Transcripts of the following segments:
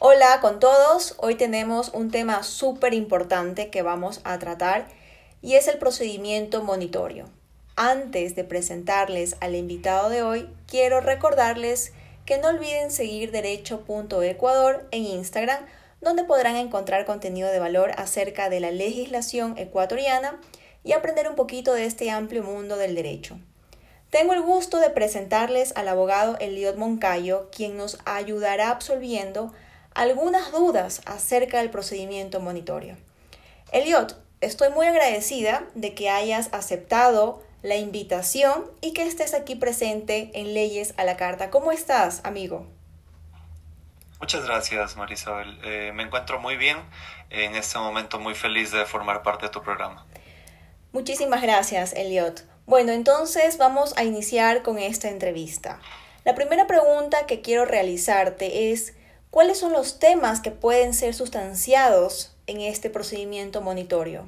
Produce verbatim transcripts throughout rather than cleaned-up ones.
Hola con todos, hoy tenemos un tema súper importante que vamos a tratar y es el procedimiento monitorio. Antes de presentarles al invitado de hoy, quiero recordarles que no olviden seguir derecho punto ecuador en Instagram, donde podrán encontrar contenido de valor acerca de la legislación ecuatoriana y aprender un poquito de este amplio mundo del derecho. Tengo el gusto de presentarles al abogado Eliot Moncayo, quien nos ayudará absolviendo algunas dudas acerca del procedimiento monitorio. Eliot, estoy muy agradecida de que hayas aceptado la invitación y que estés aquí presente en Leyes a la Carta. ¿Cómo estás, amigo? Muchas gracias, Marisabel. Eh, me encuentro muy bien. En este momento muy feliz de formar parte de tu programa. Muchísimas gracias, Eliot. Bueno, entonces vamos a iniciar con esta entrevista. La primera pregunta que quiero realizarte es, ¿cuáles son los temas que pueden ser sustanciados en este procedimiento monitorio?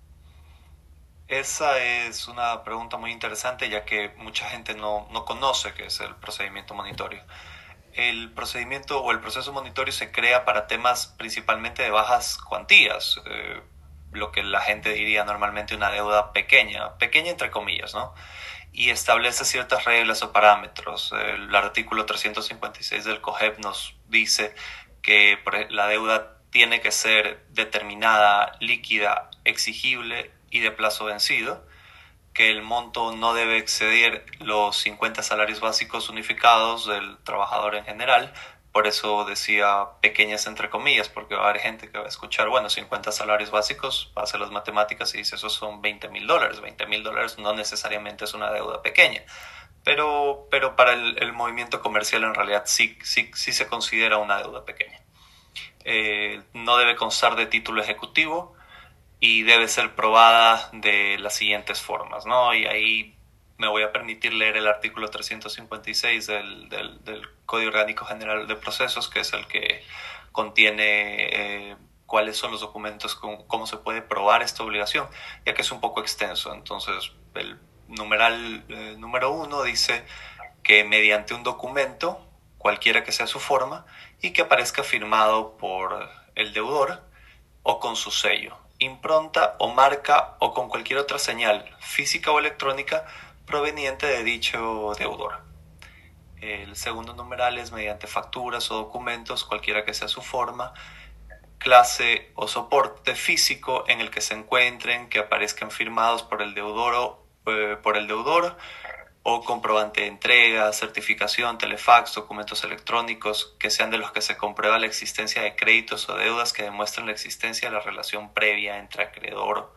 Esa es una pregunta muy interesante ya que mucha gente no, no conoce qué es el procedimiento monitorio. El procedimiento o el proceso monitorio se crea para temas principalmente de bajas cuantías, eh, lo que la gente diría normalmente una deuda pequeña, pequeña entre comillas, ¿no? Y establece ciertas reglas o parámetros. El artículo trescientos cincuenta y seis del COGEP nos dice que la deuda tiene que ser determinada, líquida, exigible y de plazo vencido, que el monto no debe exceder los cincuenta salarios básicos unificados del trabajador en general. Por eso decía pequeñas entre comillas, porque va a haber gente que va a escuchar, bueno, cincuenta salarios básicos, va a hacer las matemáticas y dice, esos son veinte mil dólares. veinte mil dólares no necesariamente es una deuda pequeña, pero, pero para el, el movimiento comercial en realidad sí, sí, sí se considera una deuda pequeña. Eh, no debe constar de título ejecutivo, y debe ser probada de las siguientes formas, ¿no? Y ahí me voy a permitir leer el artículo trescientos cincuenta y seis del, del, del Código Orgánico General de Procesos, que es el que contiene eh, cuáles son los documentos, con, cómo se puede probar esta obligación, ya que es un poco extenso. Entonces, el numeral eh, número uno dice que mediante un documento, cualquiera que sea su forma, y que aparezca firmado por el deudor o con su sello, impronta o marca o con cualquier otra señal física o electrónica proveniente de dicho deudor. El segundo numeral es mediante facturas o documentos, cualquiera que sea su forma, clase o soporte físico en el que se encuentren, que aparezcan firmados por el deudor o eh, por el deudor o comprobante de entrega, certificación, telefax, documentos electrónicos, que sean de los que se comprueba la existencia de créditos o deudas que demuestren la existencia de la relación previa entre acreedor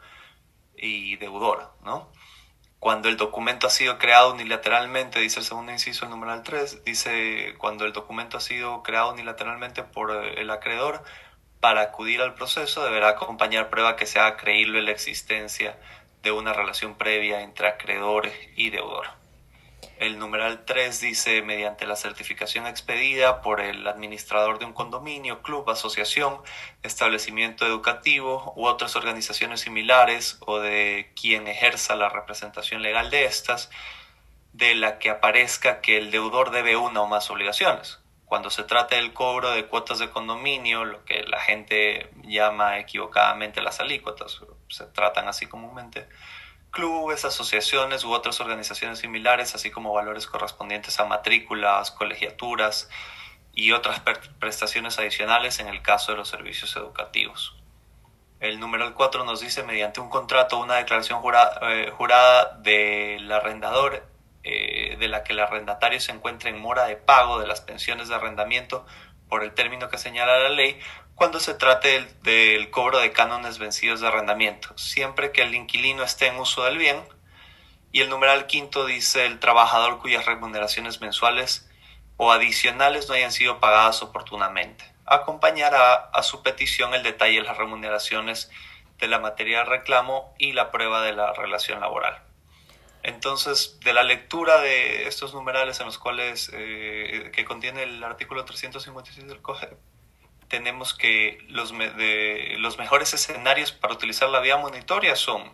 y deudor, ¿no? Cuando el documento ha sido creado unilateralmente, dice el segundo inciso, el numeral tres, dice cuando el documento ha sido creado unilateralmente por el acreedor, para acudir al proceso deberá acompañar prueba que sea creíble la existencia de una relación previa entre acreedor y deudor. El numeral tres dice, mediante la certificación expedida por el administrador de un condominio, club, asociación, establecimiento educativo u otras organizaciones similares o de quien ejerza la representación legal de estas, de la que aparezca que el deudor debe una o más obligaciones. Cuando se trata del cobro de cuotas de condominio, lo que la gente llama equivocadamente las alícuotas, se tratan así comúnmente, clubes, asociaciones u otras organizaciones similares, así como valores correspondientes a matrículas, colegiaturas y otras prestaciones adicionales en el caso de los servicios educativos. El número cuatro nos dice, mediante un contrato o una declaración jurada, eh, jurada del arrendador, eh, de la que el arrendatario se encuentre en mora de pago de las pensiones de arrendamiento por el término que señala la ley, cuando se trate del, del cobro de cánones vencidos de arrendamiento, siempre que el inquilino esté en uso del bien. Y el numeral quinto dice, el trabajador cuyas remuneraciones mensuales o adicionales no hayan sido pagadas oportunamente. Acompañará a su petición el detalle de las remuneraciones de la materia de reclamo y la prueba de la relación laboral. Entonces, de la lectura de estos numerales en los cuales eh, que contiene el artículo trescientos cincuenta y seis del COGEP, tenemos que los, me, de, los mejores escenarios para utilizar la vía monitoria son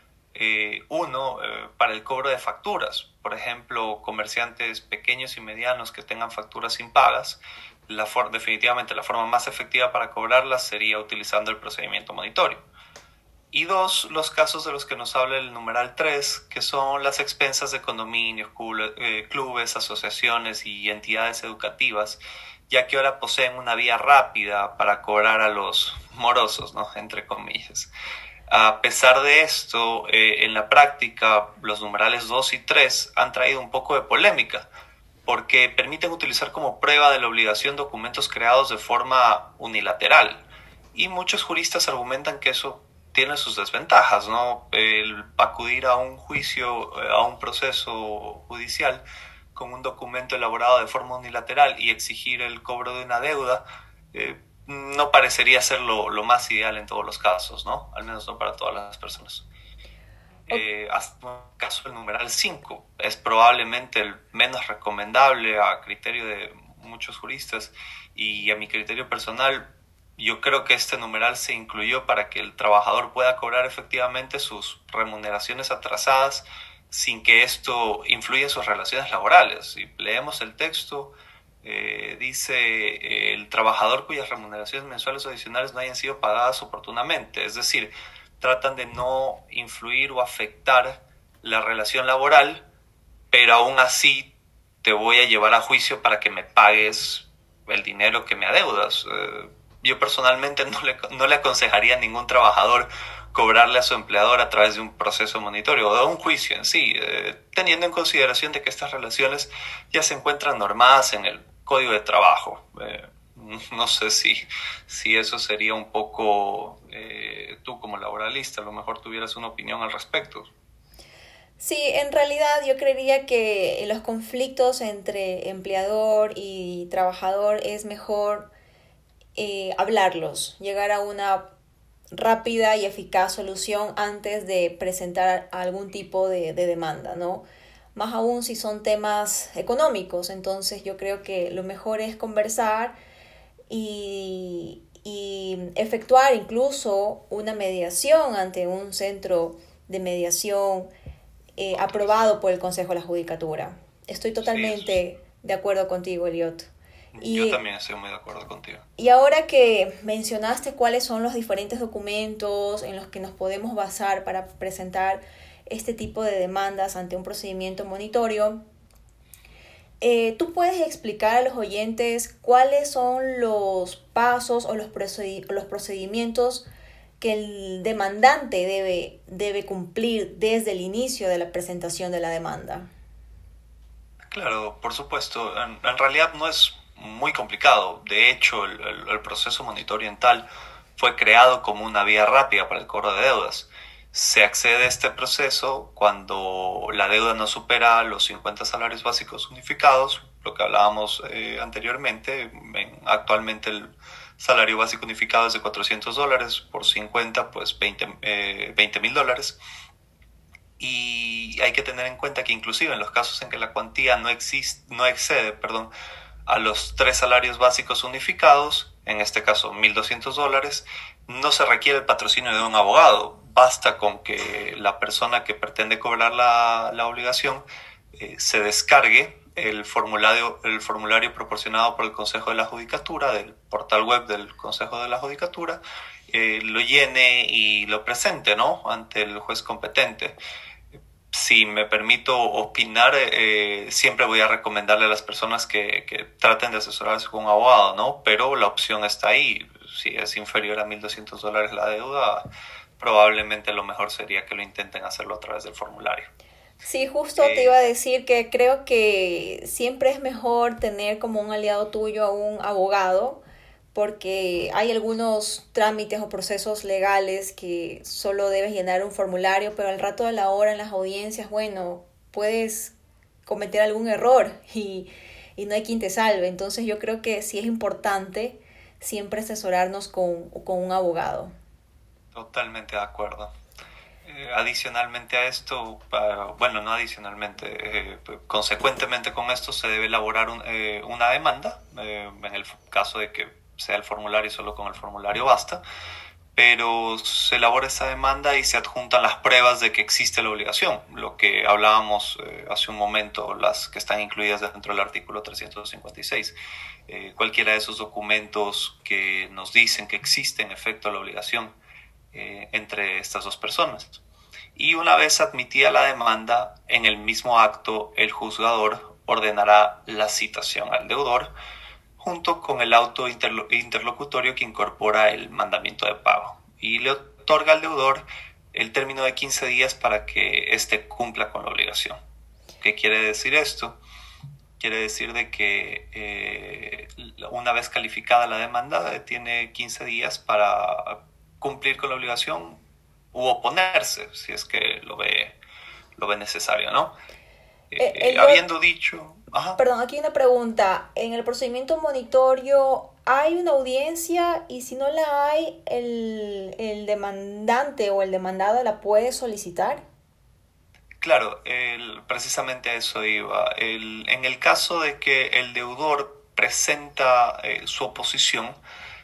eh, uno, eh, para el cobro de facturas. Por ejemplo, comerciantes pequeños y medianos que tengan facturas impagas, la for- definitivamente la forma más efectiva para cobrarlas sería utilizando el procedimiento monitorio. Y dos, los casos de los que nos habla el numeral tres, que son las expensas de condominios, clubes, asociaciones y entidades educativas, ya que ahora poseen una vía rápida para cobrar a los morosos, ¿no? Entre comillas. A pesar de esto, eh, en la práctica, los numerales dos y tres han traído un poco de polémica, porque permiten utilizar como prueba de la obligación documentos creados de forma unilateral. Y muchos juristas argumentan que eso tiene sus desventajas, ¿no? El acudir a un juicio, a un proceso judicial con un documento elaborado de forma unilateral y exigir el cobro de una deuda, eh, no parecería ser lo, lo más ideal en todos los casos, ¿no? Al menos no para todas las personas. Eh, hasta el caso del numeral cinco es probablemente el menos recomendable a criterio de muchos juristas, y a mi criterio personal yo creo que este numeral se incluyó para que el trabajador pueda cobrar efectivamente sus remuneraciones atrasadas sin que esto influya en sus relaciones laborales. Si leemos el texto, eh, dice eh, el trabajador cuyas remuneraciones mensuales o adicionales no hayan sido pagadas oportunamente, es decir, tratan de no influir o afectar la relación laboral, pero aún así te voy a llevar a juicio para que me pagues el dinero que me adeudas. Eh, yo personalmente no le, no le aconsejaría a ningún trabajador cobrarle a su empleador a través de un proceso monitorio o de un juicio en sí, eh, teniendo en consideración de que estas relaciones ya se encuentran normadas en el Código de Trabajo. Eh, no sé si, si eso sería un poco, eh, tú como laboralista, a lo mejor tuvieras una opinión al respecto. Sí, en realidad yo creería que en los conflictos entre empleador y trabajador es mejor eh, hablarlos, llegar a una rápida y eficaz solución antes de presentar algún tipo de, de demanda, ¿no? Más aún si son temas económicos, entonces yo creo que lo mejor es conversar y, y efectuar incluso una mediación ante un centro de mediación eh, aprobado por el Consejo de la Judicatura. Estoy totalmente sí, de acuerdo contigo, Eliot. Y, yo también estoy muy de acuerdo contigo. Y ahora que mencionaste cuáles son los diferentes documentos en los que nos podemos basar para presentar este tipo de demandas ante un procedimiento monitorio, eh, ¿tú puedes explicar a los oyentes cuáles son los pasos o los, proced- los procedimientos que el demandante debe, debe cumplir desde el inicio de la presentación de la demanda? Claro, por supuesto. En, en realidad no es muy complicado. De hecho, el, el, el proceso monitorio en tal fue creado como una vía rápida para el cobro de deudas. Se accede a este proceso cuando la deuda no supera los cincuenta salarios básicos unificados, lo que hablábamos eh, anteriormente. En, actualmente el salario básico unificado es de cuatrocientos dólares, por cincuenta, pues veinte mil dólares. Y hay que tener en cuenta que inclusive en los casos en que la cuantía no, existe, no excede perdón, a los tres salarios básicos unificados, en este caso mil doscientos dólares, no se requiere el patrocinio de un abogado. Basta con que la persona que pretende cobrar la, la obligación eh, se descargue el formulario, el formulario proporcionado por el Consejo de la Judicatura, del portal web del Consejo de la Judicatura, eh, lo llene y lo presente, ¿no?, ante el juez competente. Si me permito opinar, eh, siempre voy a recomendarle a las personas que, que traten de asesorarse con un abogado, ¿no? Pero la opción está ahí. Si es inferior a mil doscientos dólares la deuda, probablemente lo mejor sería que lo intenten hacerlo a través del formulario. Sí, justo eh, te iba a decir que creo que siempre es mejor tener como un aliado tuyo a un abogado, porque hay algunos trámites o procesos legales que solo debes llenar un formulario, pero al rato de la hora en las audiencias, bueno, puedes cometer algún error y, y no hay quien te salve. Entonces yo creo que sí es importante siempre asesorarnos con, con un abogado. Totalmente de acuerdo. Eh, adicionalmente a esto, uh, bueno, no adicionalmente, eh, consecuentemente con esto se debe elaborar un, eh, una demanda, eh, en el caso de que sea el formulario, solo con el formulario basta, pero se elabora esa demanda y se adjuntan las pruebas de que existe la obligación, lo que hablábamos eh, hace un momento, las que están incluidas dentro del artículo trescientos cincuenta y seis. Eh, cualquiera de esos documentos que nos dicen que existe en efecto la obligación eh, entre estas dos personas. Y una vez admitida la demanda, en el mismo acto el juzgador ordenará la citación al deudor junto con el auto interlocutorio que incorpora el mandamiento de pago y le otorga al deudor el término de quince días para que éste cumpla con la obligación. ¿Qué quiere decir esto? Quiere decir de que eh, una vez calificada la demanda tiene quince días para cumplir con la obligación u oponerse si es que lo ve, lo ve necesario, ¿no? Eh, eh, habiendo dicho... Ajá. Perdón, aquí hay una pregunta. En el procedimiento monitorio, ¿hay una audiencia? Y si no la hay, ¿el, el demandante o el demandado la puede solicitar? Claro, el, precisamente a eso iba. El, en el caso de que el deudor presenta eh, su oposición,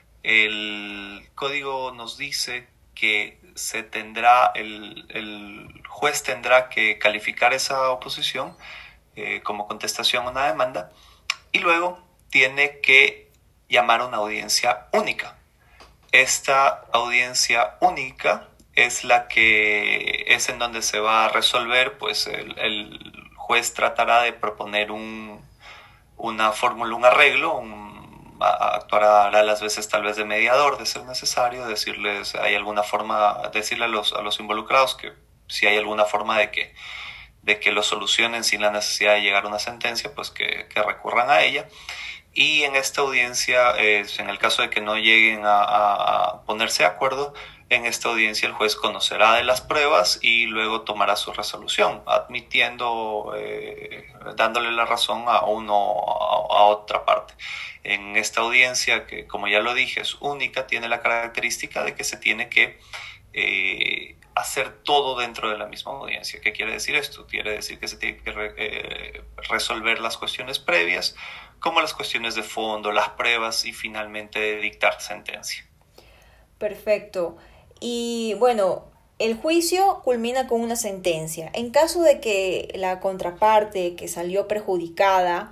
el código nos dice que se tendrá, el, el juez tendrá que calificar esa oposición Eh, como contestación a una demanda y luego tiene que llamar a una audiencia única. Esta audiencia única es la que es en donde se va a resolver, pues el, el juez tratará de proponer un, una fórmula, un arreglo, un, actuará a las veces tal vez de mediador de ser necesario, decirles, hay alguna forma, decirle a los, a los involucrados que si hay alguna forma de que de que lo solucionen sin la necesidad de llegar a una sentencia, pues que, que recurran a ella. Y en esta audiencia, eh, en el caso de que no lleguen a, a ponerse de acuerdo, en esta audiencia el juez conocerá de las pruebas y luego tomará su resolución, admitiendo, eh, dándole la razón a uno o a, a otra parte. En esta audiencia, que como ya lo dije, es única, tiene la característica de que se tiene que eh, hacer todo dentro de la misma audiencia. ¿Qué quiere decir esto? Quiere decir que se tiene que re, eh, resolver las cuestiones previas, como las cuestiones de fondo, las pruebas y finalmente dictar sentencia. Perfecto. Y bueno, el juicio culmina con una sentencia. En caso de que la contraparte que salió perjudicada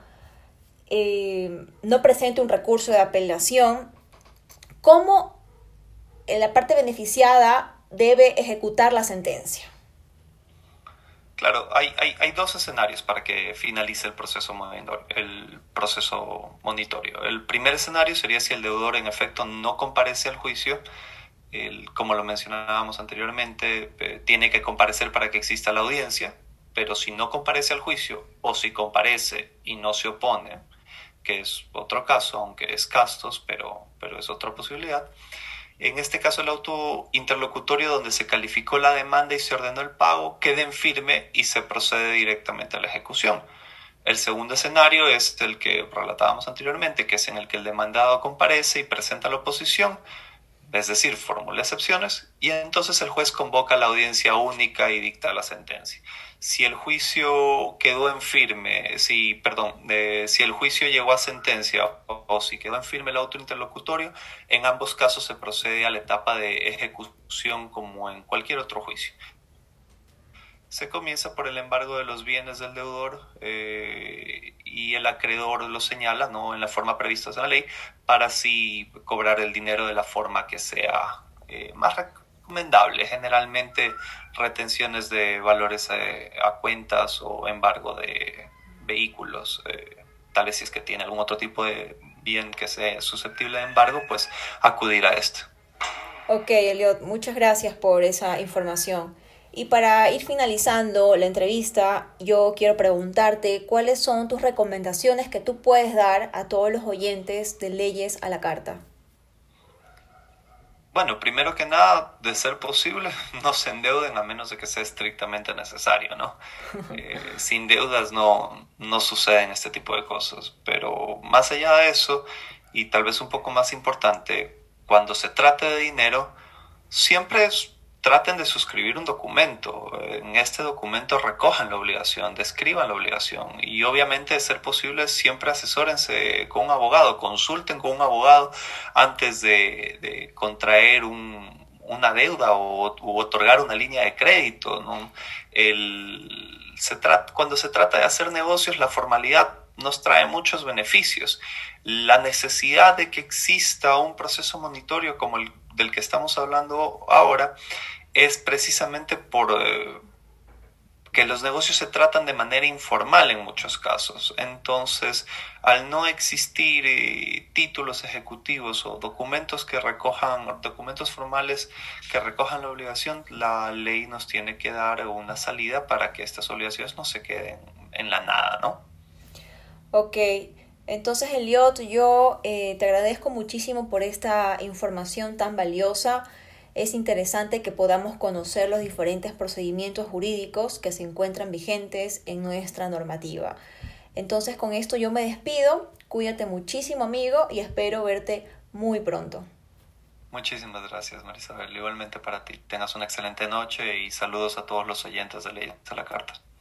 eh, no presente un recurso de apelación, ¿cómo la parte beneficiada debe ejecutar la sentencia? Claro, hay, hay, hay dos escenarios para que finalice el proceso, monitor, el proceso monitorio. El primer escenario sería si el deudor en efecto no comparece al juicio. El, como lo mencionábamos anteriormente, eh, tiene que comparecer para que exista la audiencia, pero si no comparece al juicio o si comparece y no se opone, que es otro caso, aunque es castos, pero, pero es otra posibilidad. En este caso, el auto interlocutorio donde se calificó la demanda y se ordenó el pago queda en firme y se procede directamente a la ejecución. El segundo escenario es el que relatábamos anteriormente, que es en el que el demandado comparece y presenta la oposición, es decir, formula excepciones, y entonces el juez convoca a la audiencia única y dicta la sentencia. Si el juicio quedó en firme, si, perdón, eh, si el juicio llegó a sentencia o, o si quedó en firme el auto interlocutorio, en ambos casos se procede a la etapa de ejecución como en cualquier otro juicio. Se comienza por el embargo de los bienes del deudor eh, y el acreedor lo señala, ¿no?, en la forma prevista en la ley, para así cobrar el dinero de la forma que sea eh, más recomendable. Generalmente retenciones de valores eh, a cuentas o embargo de vehículos, eh, tales si es que tiene algún otro tipo de bien que sea susceptible de embargo, pues acudir a esto. Ok, Eliot, muchas gracias por esa información. Y para ir finalizando la entrevista, yo quiero preguntarte cuáles son tus recomendaciones que tú puedes dar a todos los oyentes de Leyes a la Carta. Bueno, primero que nada, de ser posible, no se endeuden a menos de que sea estrictamente necesario, ¿no? Eh, sin deudas no, no suceden este tipo de cosas. Pero más allá de eso, y tal vez un poco más importante, cuando se trate de dinero, siempre es... traten de suscribir un documento. En este documento recojan la obligación, describan la obligación y obviamente, de ser posible, siempre asesórense con un abogado, consulten con un abogado antes de, de contraer un, una deuda o u otorgar una línea de crédito, ¿no? El, se trata, cuando se trata de hacer negocios, la formalidad nos trae muchos beneficios. La necesidad de que exista un proceso monitorio como el del que estamos hablando ahora es precisamente por eh, que los negocios se tratan de manera informal en muchos casos. Entonces, al no existir eh, títulos ejecutivos o documentos que recojan, documentos formales que recojan la obligación, la ley nos tiene que dar una salida para que estas obligaciones no se queden en la nada, ¿no? Ok, entonces Elliot, yo eh, te agradezco muchísimo por esta información tan valiosa. Es interesante que podamos conocer los diferentes procedimientos jurídicos que se encuentran vigentes en nuestra normativa. Entonces, con esto yo me despido. Cuídate muchísimo, amigo, y espero verte muy pronto. Muchísimas gracias, Marisabel. Igualmente para ti. Tengas una excelente noche y saludos a todos los oyentes de Leyes a la Carta.